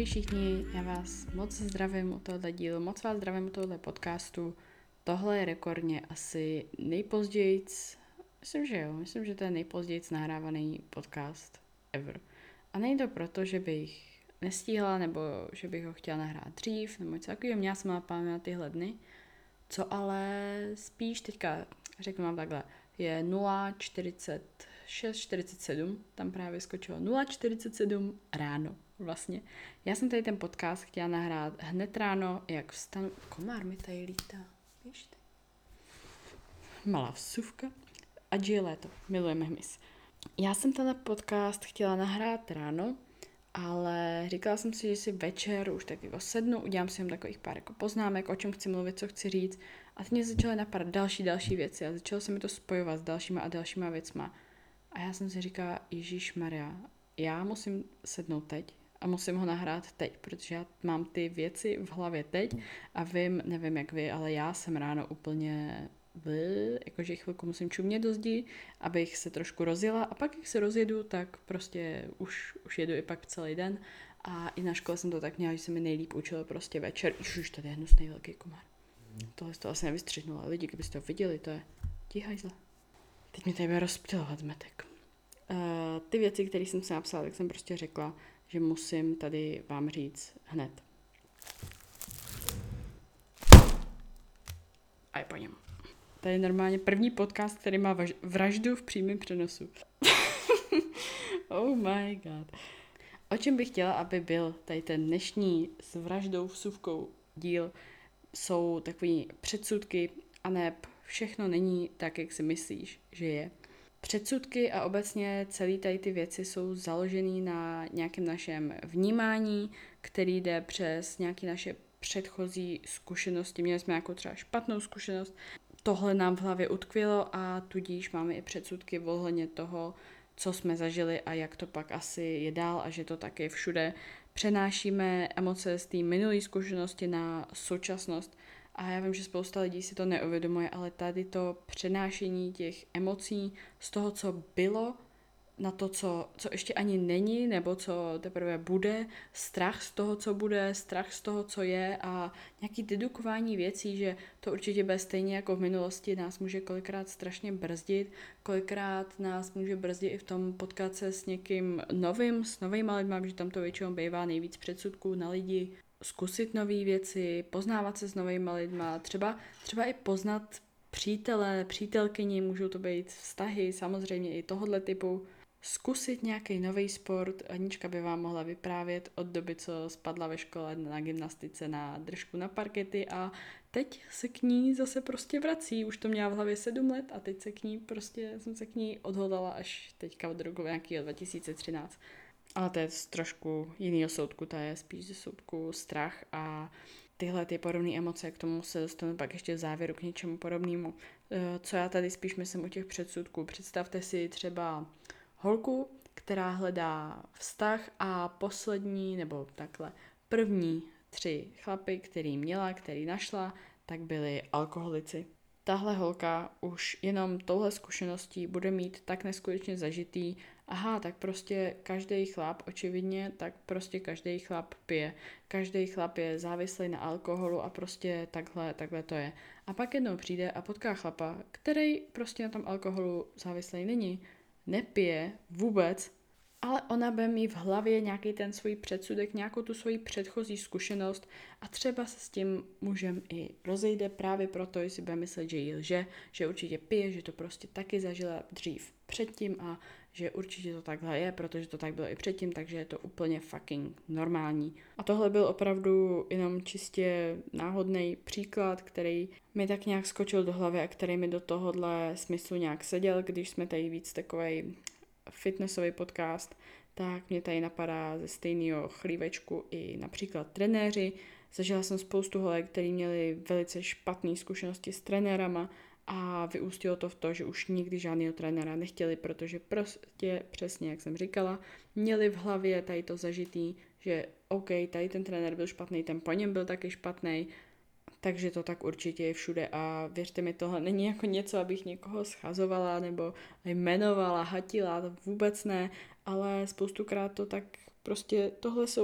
Ahoj všichni, já vás moc zdravím u tohoto dílu, moc vás zdravím u tohoto podcastu. Tohle je rekordně asi nejpozdějc, myslím, že to je nejpozdějc nahrávaný podcast ever. A není to proto, že bych nestíhla, nebo že bych ho chtěla nahrát dřív, nebo něco takového, měla jsem naplánovat na tyhle dny, co ale spíš teďka, řeknu vám takhle, je 0:46:47, tam právě skočilo 0:47 ráno vlastně. Já jsem tady ten podcast chtěla nahrát hned ráno, jak vstanu. Komár mi tady lítá, víš ty. Malá vsuvka. Ať je léto, milujeme hmyz. Já jsem tenhle podcast chtěla nahrát ráno, ale říkala jsem si, že si večer už tak jako sednu, udělám si jen takových pár jako poznámek, o čem chci mluvit, co chci říct. A teď mě začaly napadat další věci a začalo se mi to spojovat s dalšíma a dalšíma věcma. A já jsem si říkala, Ježíšmarja, já musím sednout teď a musím ho nahrát teď, protože já mám ty věci v hlavě teď a nevím jak vy, ale já jsem ráno úplně jakože chvilku musím čumět do zdi, abych se trošku rozjela a pak, jak se rozjedu, tak prostě už jedu i pak celý den a i na škole jsem to tak měla, že se mi nejlíp učilo prostě večer. Už tady je hnusný velký komár. Tohle to asi nevystřihnu, ale lidi, kdybyste to viděli, to je tíhajzle. Teď mi tady bude rozptylovat zmetek. Ty věci, které jsem si napsala, tak jsem prostě řekla, že musím tady vám říct hned. A je po něm. To je normálně první podcast, který má vraždu v přímém přenosu. Oh my god. O čem bych chtěla, aby byl tady ten dnešní s vraždou vsuvkou díl, jsou takový předsudky a neb všechno není tak, jak si myslíš, že je. Předsudky a obecně celé tady ty věci jsou založené na nějakém našem vnímání, který jde přes nějaké naše předchozí zkušenosti. Měli jsme nějakou třeba špatnou zkušenost, tohle nám v hlavě utkvělo a tudíž máme i předsudky ohledně toho, co jsme zažili a jak to pak asi je dál a že to taky všude. Přenášíme emoce z té minulé zkušenosti na současnost. A já vím, že spousta lidí si to neuvědomuje, ale tady to přenášení těch emocí z toho, co bylo, na to, co ještě ani není, nebo co teprve bude, strach z toho, co bude, strach z toho, co je a nějaký dedukování věcí, že to určitě bude stejně jako v minulosti, nás může kolikrát strašně brzdit, kolikrát nás může brzdit i v tom potkat se s někým novým, s novýma lidma, že tam to většinou bývá nejvíc předsudků na lidi, zkusit nové věci, poznávat se s novými lidma, třeba i poznat přítele, přítelkyni, můžou to být vztahy, samozřejmě i tohohle typu. Zkusit nějaký nový sport. Anička by vám mohla vyprávět od doby, co spadla ve škole na gymnastice na držku na parkety a teď se k ní zase prostě vrací. Už to měla v hlavě 7 let a teď jsem se k ní odhodlala až teďka od roku nějakého 2013. Ale to je z trošku jinýho soudku, to je spíš ze soudku strach a tyhle ty podobné emoce, k tomu se dostanu pak ještě v závěru k něčemu podobnému. Co já tady spíš myslím o těch předsudků. Představte si třeba holku, která hledá vztah a poslední, nebo takhle, první 3 chlapy, který našla, tak byli alkoholici. Tahle holka už jenom touhle zkušeností bude mít tak neskutečně zažitý, tak prostě každý chlap, očividně, tak prostě každý chlap pije. Každý chlap je závislý na alkoholu a prostě takhle to je. A pak jednou přijde a potká chlapa, který prostě na tom alkoholu závislý není, nepije vůbec, ale ona bude mít v hlavě nějaký ten svůj předsudek, nějakou tu svoji předchozí zkušenost a třeba se s tím mužem i rozejde právě proto, že si bude myslet, že jí lže, že určitě pije, že to prostě taky zažila dřív předtím a že určitě to takhle je, protože to tak bylo i předtím, takže je to úplně fucking normální. A tohle byl opravdu jenom čistě náhodný příklad, který mi tak nějak skočil do hlavy a který mi do tohohle smyslu nějak seděl, když jsme tady víc takovej fitnessový podcast, tak mě tady napadá ze stejného chlívečku i například trenéři. Zažila jsem spoustu holek, který měli velice špatné zkušenosti s trenérama a vyústilo to v to, že už nikdy žádného trenéra nechtěli, protože prostě přesně, jak jsem říkala, měli v hlavě tady to zažitý, že OK, tady ten trenér byl špatný, ten po něm byl taky špatný, takže to tak určitě je všude a věřte mi, tohle není jako něco, abych někoho schazovala nebo jmenovala, hatila, to vůbec ne, ale spoustukrát to tak prostě, tohle jsou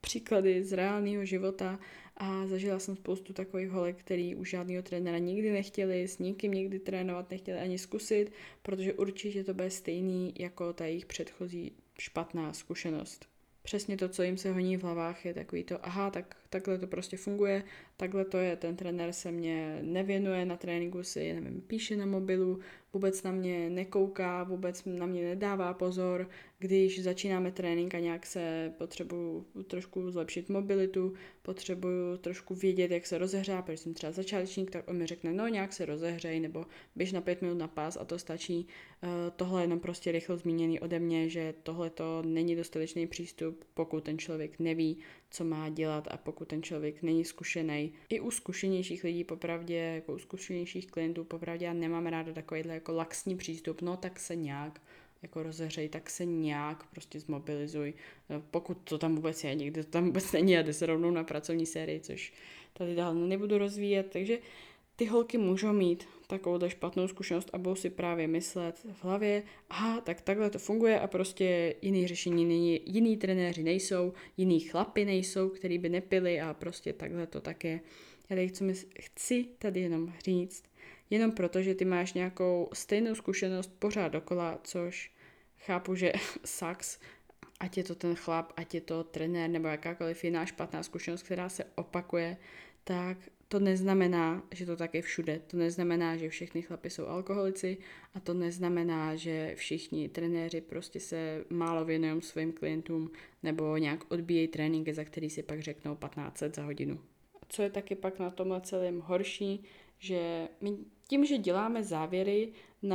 příklady z reálného života a zažila jsem spoustu takových holek, který už žádného trenéra nikdy nechtěli, s nikým nikdy trénovat nechtěli ani zkusit, protože určitě to bude stejný jako ta jejich předchozí špatná zkušenost. Přesně to, co jim se honí v hlavách, je takový to, aha, takhle to prostě funguje, takhle to je, ten trenér se mě nevěnuje, na tréninku si, nevím, píše na mobilu, vůbec na mě nekouká, vůbec na mě nedává pozor, když začínáme trénink a nějak se potřebuju trošku zlepšit mobilitu, potřebuju trošku vědět, jak se rozehřá, protože jsem třeba začátečník, tak on mi řekne, no nějak se rozehřej, nebo běž na 5 minut na pás a to stačí. Tohle je jenom prostě rychle zmíněný ode mě, že tohle to není dostatečný přístup, pokud ten člověk neví, co má dělat a pokud ten člověk není zkušený. I u zkušenějších lidí popravdě, jako u zkušenějších klientů popravdě já nemám ráda takovýhle jako laxní přístup, no tak se nějak jako rozehřej, tak se nějak prostě zmobilizuj. Pokud to tam vůbec je, někdy to tam vůbec není a jde se rovnou na pracovní sérii, což tady dál nebudu rozvíjet, takže ty holky můžou mít takovou špatnou zkušenost a budou si právě myslet v hlavě, aha, tak takhle to funguje a prostě jiný řešení není, jiný trenéři nejsou, jiný chlapy nejsou, který by nepili a prostě takhle to tak je. Já tady chci tady jenom říct, jenom proto, že ty máš nějakou stejnou zkušenost pořád dokola, což chápu, že sucks, ať je to ten chlap, ať je to trenér nebo jakákoliv jiná špatná zkušenost, která se opakuje, tak to neznamená, že to tak je všude. To neznamená, že všichni chlapi jsou alkoholici a to neznamená, že všichni trenéři prostě se málo věnují svým klientům nebo nějak odbíjejí tréninky, za který si pak řeknou 1500 za hodinu. A co je taky pak na tomhle celém horší, že my tím, že děláme závěry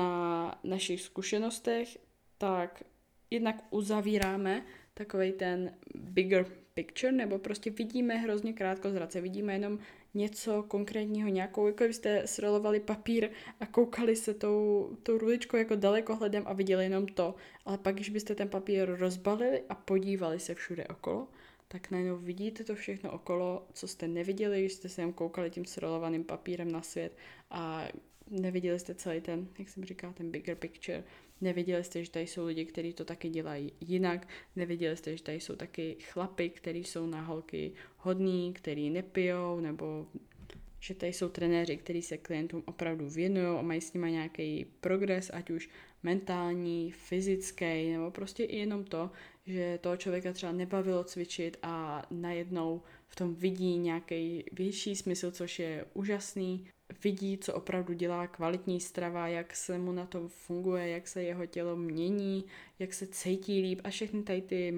na našich zkušenostech, tak jednak uzavíráme takovej ten bigger picture, nebo prostě vidíme hrozně krátkozrace, vidíme jenom něco konkrétního, nějakou, jako byste srolovali papír a koukali se tou ruličkou jako dalekohledem a viděli jenom to, ale pak, když byste ten papír rozbalili a podívali se všude okolo, tak najednou vidíte to všechno okolo, co jste neviděli, když jste se jen koukali tím srolovaným papírem na svět a neviděli jste celý ten, jak jsem říkala, ten bigger picture. Nevěděli jste, že tady jsou lidi, kteří to taky dělají jinak. Nevěděli jste, že tady jsou taky chlapy, kteří jsou na holky hodní, kteří nepijou, nebo že tady jsou trenéři, kteří se klientům opravdu věnují a mají s nimi nějaký progres, ať už mentální, fyzický, nebo prostě i jenom to, že toho člověka třeba nebavilo cvičit a najednou v tom vidí nějaký větší smysl, což je úžasný. Vidí, co opravdu dělá kvalitní strava, jak se mu na to funguje, jak se jeho tělo mění, jak se cítí líp a všechny tady ty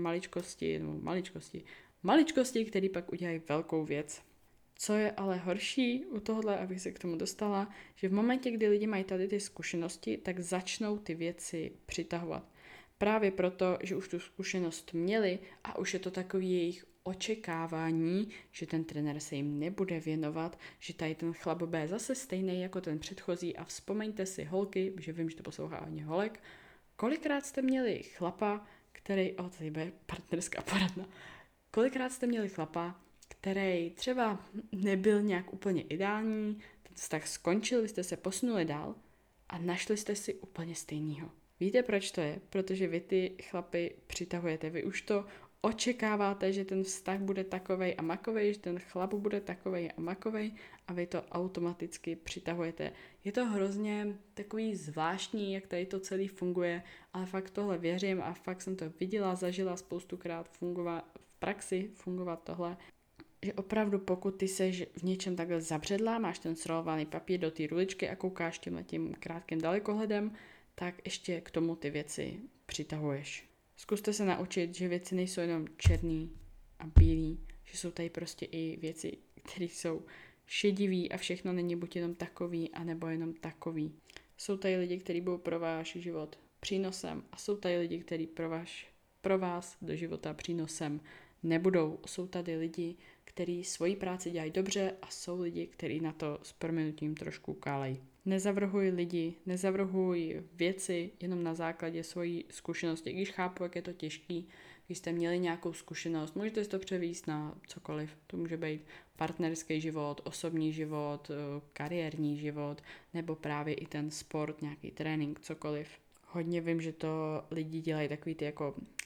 maličkosti, které pak udělají velkou věc. Co je ale horší u tohohle, abych se k tomu dostala, že v momentě, kdy lidi mají tady ty zkušenosti, tak začnou ty věci přitahovat. Právě proto, že už tu zkušenost měli a už je to takový jejich očekávání, že ten trenér se jim nebude věnovat, že tady ten chlap bude zase stejný jako ten předchozí a vzpomeňte si holky, že vím, že to poslouchá hodně holek, kolikrát jste měli chlapa, který, tady bude partnerská poradna, kolikrát jste měli chlapa, který třeba nebyl nějak úplně ideální, ten vztah skončil, vy jste se posunuli dál a našli jste si úplně stejného. Víte, proč to je? Protože vy ty chlapy přitahujete. Vy už to očekáváte, že ten vztah bude takovej a makovej, že ten chlap bude takovej a makovej a vy to automaticky přitahujete. Je to hrozně takový zvláštní, jak tady to celý funguje, ale fakt tohle věřím a fakt jsem to viděla, zažila spoustukrát v praxi fungovat tohle. Že opravdu pokud ty seš v něčem takhle zabředlá, máš ten srolovaný papír do té ruličky a koukáš tímhletím krátkým dalekohledem, tak ještě k tomu ty věci přitahuješ. Zkuste se naučit, že věci nejsou jenom černý a bílý, že jsou tady prostě i věci, které jsou šedivý a všechno není buď jenom takový, anebo jenom takový. Jsou tady lidi, kteří budou pro váš život přínosem a jsou tady lidi, kteří pro vás do života přínosem nebudou. Jsou tady lidi, kteří svoji práci dělají dobře a jsou lidi, kteří na to s prominutím trošku kálejí. Nezavrhuj lidi, nezavrhuj věci jenom na základě svojí zkušenosti. Když chápu, jak je to těžký, když jste měli nějakou zkušenost, můžete si to převést na cokoliv. To může být partnerský život, osobní život, kariérní život, nebo právě i ten sport, nějaký trénink, cokoliv. Hodně vím, že to lidi dělají takový ty jako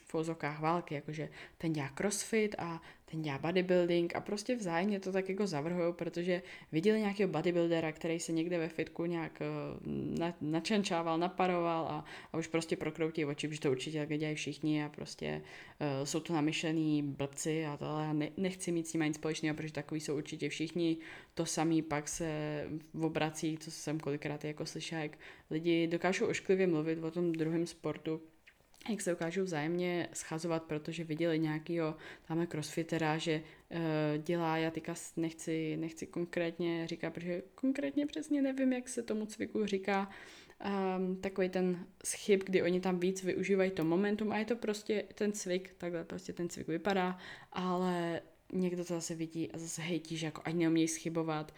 v uvozovkách války, jakože ten dělá crossfit a ten dělá bodybuilding a prostě vzájemně to tak jako zavrhujou, protože viděli nějakého bodybuildera, který se někde ve fitku nějak načančával, naparoval a už prostě prokroutí oči, protože to určitě tak dělají všichni a prostě jsou to namyšlený blbci a tohle. Nechci mít s nimi nic společného, protože takový jsou určitě všichni. To samý pak se v obracích, co jsem kolikrát jako slyšela, jak lidi dokážou ošklivě mluvit o tom druhém sportu, jak se dokážou vzájemně schazovat, protože viděli nějakýho tamhle crossfitera, že dělá, já teďka nechci konkrétně říkat, protože konkrétně přesně nevím, jak se tomu cviku říká, takový ten schyb, kdy oni tam víc využívají to momentum a je to prostě ten cvik, takhle prostě ten cvik vypadá, ale někdo to zase vidí a zase hejtí, že jako ani neumějí schybovat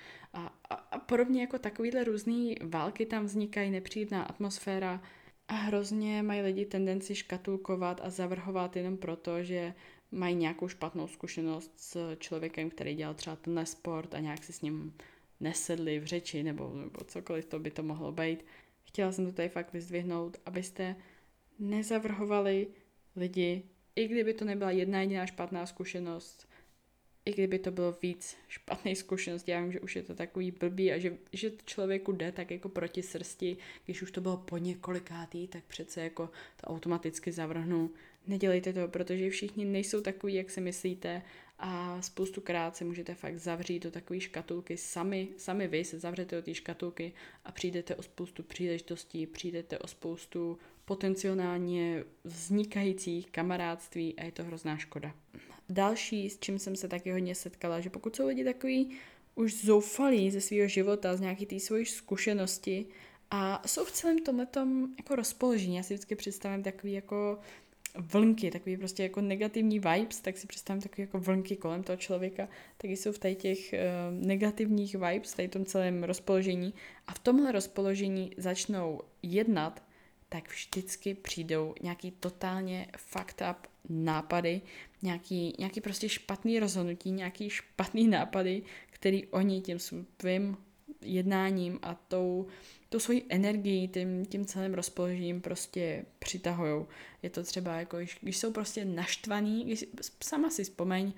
a podobně jako takovýhle různý války tam vznikají, nepříjemná atmosféra a hrozně mají lidi tendenci škatulkovat a zavrhovat jenom proto, že mají nějakou špatnou zkušenost s člověkem, který dělal třeba tenhle sport a nějak si s ním nesedli v řeči nebo cokoliv to by to mohlo být. Chtěla jsem to tady fakt vyzdvihnout, abyste nezavrhovali lidi, i kdyby to nebyla jedna jediná špatná zkušenost, i kdyby to bylo víc špatných zkušeností, já vím, že už je to takový blbý a že to člověku jde tak jako proti srsti, když už to bylo po několikátý, tak přece jako to automaticky zavrhnu. Nedělejte to, protože všichni nejsou takový, jak si myslíte a spoustukrát se můžete fakt zavřít do takové škatulky. Sami vy se zavřete do té škatulky a přijdete o spoustu příležitostí, přijdete o spoustu potenciálně vznikajících kamarádství a je to hrozná škoda. Další, s čím jsem se taky hodně setkala, že pokud jsou lidi takový už zoufalí ze svého života, z nějaký té svojí zkušenosti a jsou v celém tomhletom jako rozpoložení, já si vždycky představím takový jako vlnky, takový prostě jako negativní vibes, tak si představím takový jako vlnky kolem toho člověka, taky jsou v těch negativních vibes, v tom celém rozpoložení a v tomhle rozpoložení začnou jednat, tak vždycky přijdou nějaký totálně fucked up nápady, nějaký prostě špatný rozhodnutí, nějaký špatný nápady, který oni tím svým jednáním a tou svojí energií, tím celým rozpoložením prostě přitahujou. Je to třeba jako, když jsou prostě naštvaný, sama si vzpomeň,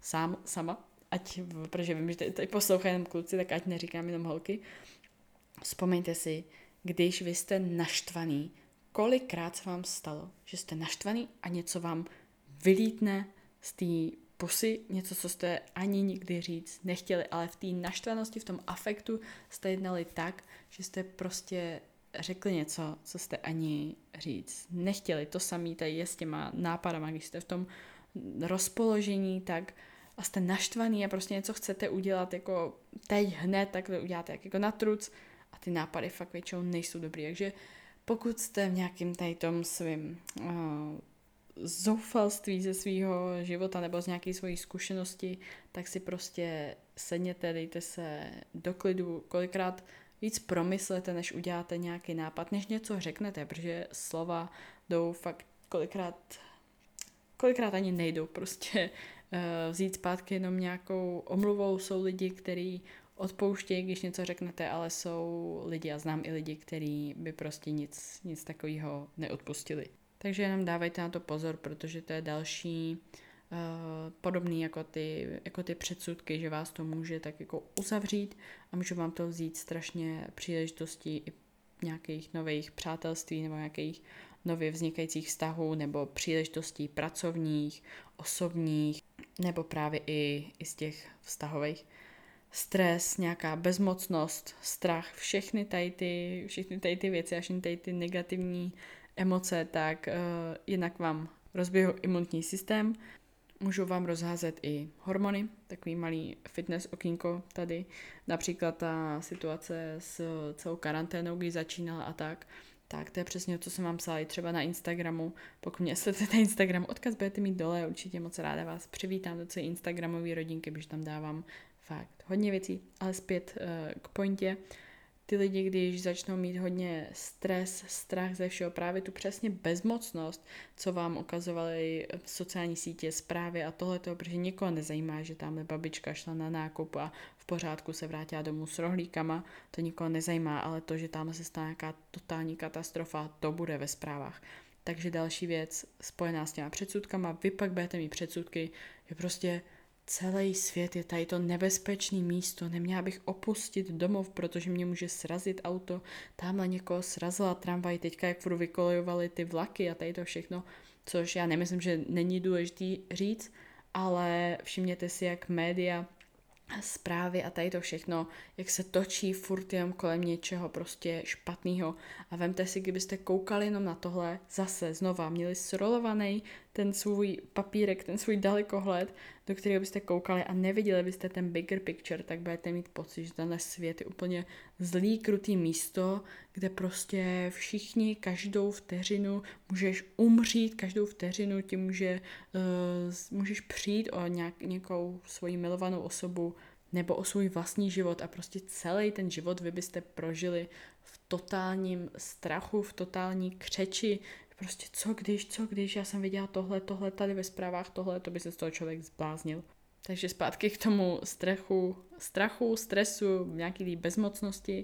sama, protože vím, že tady poslouchají jenom kluci, tak ať neříkám jenom holky, vzpomeňte si, když vy jste naštvaný, kolikrát se vám stalo, že jste naštvaný a něco vám vylítne z té pusy, něco, co jste ani nikdy říct nechtěli, ale v té naštvanosti, v tom afektu jste jednali tak, že jste prostě řekli něco, co jste ani říct nechtěli. To samé tady je s těma nápadama, když jste v tom rozpoložení, tak a jste naštvaný a prostě něco chcete udělat jako teď hned, tak to uděláte jako na truc a ty nápady fakt většinou nejsou dobrý. Takže pokud jste v nějakým tady tom svým zoufalství ze svého života nebo z nějaké svojí zkušenosti, tak si prostě sedněte, dejte se do klidu, kolikrát víc promyslete, než uděláte nějaký nápad, než něco řeknete, protože slova jdou fakt kolikrát ani nejdou, prostě vzít zpátky jenom nějakou omluvou. Jsou lidi, kteří odpouštějí, když něco řeknete, ale jsou lidi a znám i lidi, kteří by prostě nic takového neodpustili. Takže jenom dávejte na to pozor, protože to je další podobný jako ty předsudky, že vás to může tak jako uzavřít a může vám to vzít strašně příležitostí i nějakých nových přátelství nebo nějakých nově vznikajících vztahů nebo příležitostí pracovních, osobních nebo právě i z těch vztahových. Stres, nějaká bezmocnost, strach, všechny tady ty věci a všechny tady ty negativní emoce, tak jinak vám rozběhou imunitní systém, můžou vám rozházet i hormony, takový malý fitness okýnko tady, například ta situace s celou karanténou, kdy začínala a tak to je přesně to, co jsem vám psala i třeba na Instagramu. Pokud mě sledujete na Instagramu, odkaz budete mít dole, určitě moc ráda vás přivítám do celé instagramové rodinky, protože tam dávám fakt hodně věcí, ale zpět k pointě. Ty lidi, když začnou mít hodně stres, strach ze všeho, právě tu přesně bezmocnost, co vám ukazovaly sociální sítě, zprávy a tohleto, protože nikoho nezajímá, že tamhle babička šla na nákup a v pořádku se vrátila domů s rohlíkama, to nikoho nezajímá, ale to, že tam se stane nějaká totální katastrofa, to bude ve zprávách. Takže další věc spojená s těma předsudkama, vy pak budete mít předsudky, že prostě celý svět je tady to nebezpečný místo, neměla bych opustit domov, protože mě může srazit auto, tamhle někoho srazila tramvaj, teďka jak furt vykolejovaly ty vlaky a tady to všechno, což já nemyslím, že není důležitý říct, ale všimněte si, jak média, zprávy a tady to všechno, jak se točí furt jenom kolem něčeho prostě špatného. A vemte si, kdybyste koukali jenom na tohle, zase znova měli srolovaný ten svůj papírek, ten svůj dalekohled, do kterého byste koukali a neviděli byste ten bigger picture, tak budete mít pocit, že tenhle svět je úplně zlý, krutý místo, kde prostě všichni každou vteřinu můžeš umřít, každou vteřinu ti můžeš přijít o nějakou svoji milovanou osobu nebo o svůj vlastní život a prostě celý ten život vy byste prožili v totálním strachu, v totální křeči, prostě co když, já jsem viděla tohle tady ve zprávách, to by se z toho člověk zbláznil. Takže zpátky k tomu strachu, stresu, nějaký bezmocnosti.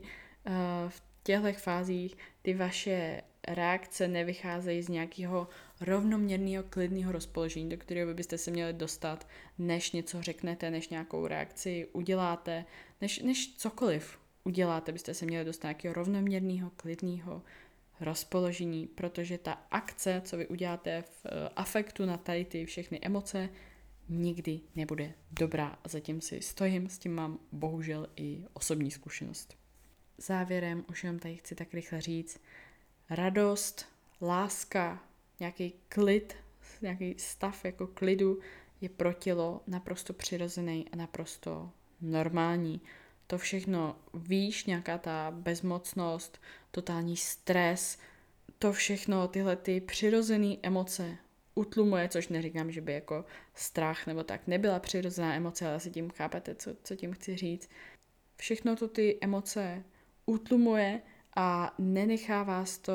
V těchto fázích ty vaše reakce nevycházejí z nějakého rovnoměrného, klidného rozpoložení, do kterého byste se měli dostat, než něco řeknete, než nějakou reakci uděláte, než cokoliv uděláte, byste se měli dostat nějakého rovnoměrného, klidného rozpoložení, protože ta akce, co vy uděláte v afektu na tady ty všechny emoce, nikdy nebude dobrá. A zatím si stojím, s tím mám bohužel i osobní zkušenost. Závěrem už jenom tady chci tak rychle říct, radost, láska, nějaký klid, nějaký stav jako klidu je pro tělo naprosto přirozený a naprosto normální. To všechno víš, nějaká ta bezmocnost, totální stres, to všechno, tyhle ty přirozené emoce utlumuje, což neříkám, že by jako strach nebo tak nebyla přirozená emoce, ale asi tím chápete, co tím chci říct. Všechno to ty emoce utlumuje a nenechá vás to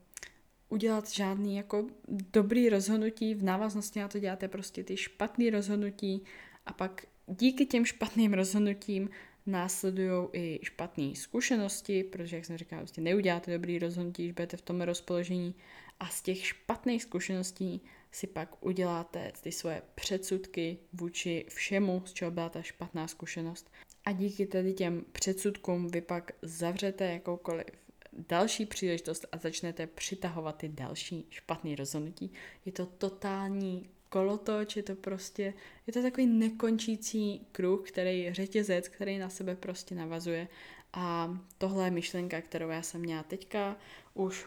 udělat žádný jako dobrý rozhodnutí, v návaznosti na to děláte prostě ty špatný rozhodnutí a pak díky těm špatným rozhodnutím následují i špatné zkušenosti, protože, jak jsem říkala, prostě neuděláte dobrý rozhodnutí, když budete v tom rozpoložení a z těch špatných zkušeností si pak uděláte ty svoje předsudky vůči všemu, z čeho byla ta špatná zkušenost. A díky tedy těm předsudkům vy pak zavřete jakoukoliv další příležitost a začnete přitahovat ty další špatné rozhodnutí. Je to totální kolotoč, je to takový nekončící kruh, řetězec, který na sebe prostě navazuje. A tohle je myšlenka, kterou já jsem měla teďka už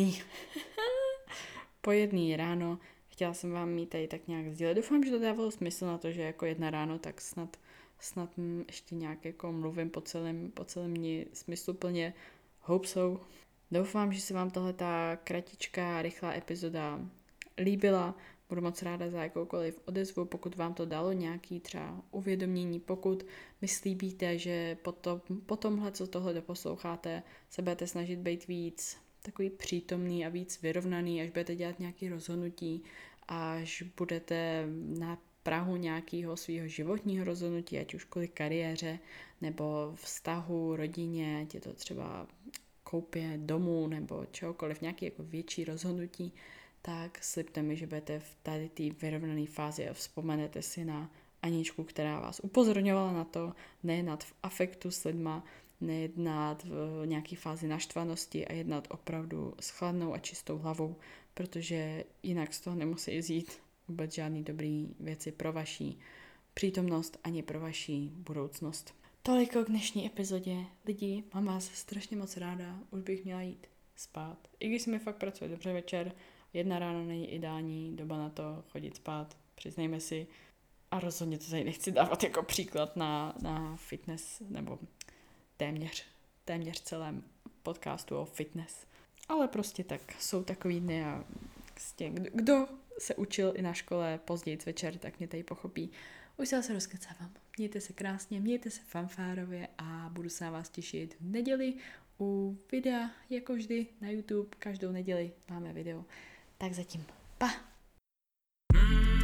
po jedný ráno. Chtěla jsem vám mít tady tak nějak sdílet. Doufám, že to dávalo smysl na to, že jako jedna ráno, tak snad ještě nějak jako mluvím po celém dni smysluplně. Hope so. Doufám, že se vám tahle ta kratičká, rychlá epizoda líbila. Budu moc ráda za jakoukoliv odezvu, pokud vám to dalo nějaký třeba uvědomění, pokud mi slíbíte, že po tomhle, co tohle doposloucháte, se budete snažit být víc takový přítomný a víc vyrovnaný, až budete dělat nějaké rozhodnutí, až budete na prahu nějakého svého životního rozhodnutí, ať už kvůli kariéře, nebo vztahu, rodině, ať je to třeba koupě domu, nebo čehokoliv, nějaké jako větší rozhodnutí, tak slibte mi, že budete v tady té vyrovnané fázi a vzpomenete si na Aničku, která vás upozorňovala na to, nejednat v afektu s lidma, nejednat v nějaké fázi naštvanosti a jednat opravdu s chladnou a čistou hlavou, protože jinak z toho nemusí zjít vůbec žádný dobrý věci pro vaši přítomnost ani pro vaši budoucnost. Toliko k dnešní epizodě. Lidi, mám vás strašně moc ráda, už bych měla jít spát. I když se mi fakt pracuje dobře večer, 1 ráno není ideální doba na to chodit spát, přiznejme si. A rozhodně to tady nechci dávat jako příklad na fitness, nebo téměř celém podcastu o fitness. Ale prostě tak jsou takový dny a kdo se učil i na škole později večer, tak mě tady pochopí. Už se rozkecávám. Mějte se krásně, mějte se fanfárově a budu se na vás těšit v neděli u videa, jako vždy na YouTube. Každou neděli máme video. Tak zatím. Pa!